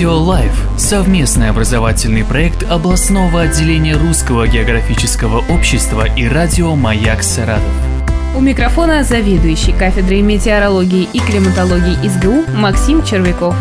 Метео Лайф – совместный образовательный проект областного отделения Русского географического общества и радио «Маяк Саратов». У микрофона заведующий кафедрой метеорологии и климатологии СГУ Максим Червяков.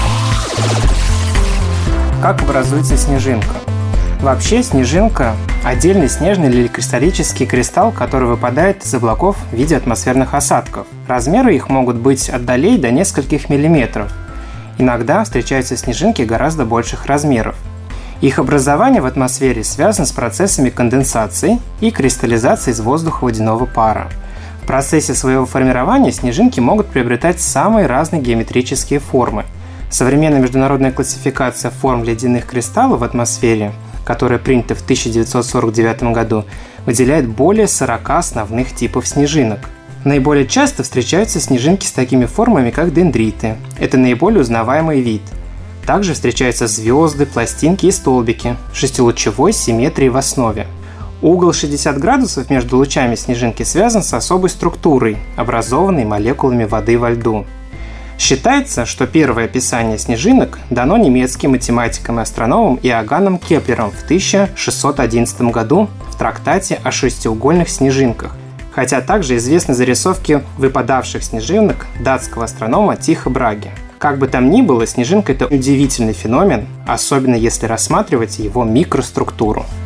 Как образуется снежинка? Вообще снежинка – отдельный снежный или кристаллический кристалл, который выпадает из облаков в виде атмосферных осадков. Размеры их могут быть от долей до нескольких миллиметров. Иногда встречаются снежинки гораздо больших размеров. Их образование в атмосфере связано с процессами конденсации и кристаллизации из воздуха водяного пара. В процессе своего формирования снежинки могут приобретать самые разные геометрические формы. Современная международная классификация форм ледяных кристаллов в атмосфере, которая принята в 1949 году, выделяет более 40 основных типов снежинок. Наиболее часто встречаются снежинки с такими формами, как дендриты. Это наиболее узнаваемый вид. Также встречаются звезды, пластинки и столбики шестилучевой симметрии в основе. Угол 60 градусов между лучами снежинки связан с особой структурой, образованной молекулами воды во льду. Считается, что первое описание снежинок дано немецким математиком и астрономом Иоганном Кеплером в 1611 году в трактате о шестиугольных снежинках, хотя также известны зарисовки выпадавших снежинок датского астронома Тихо Браге. Как бы там ни было, снежинка – это удивительный феномен, особенно если рассматривать его микроструктуру.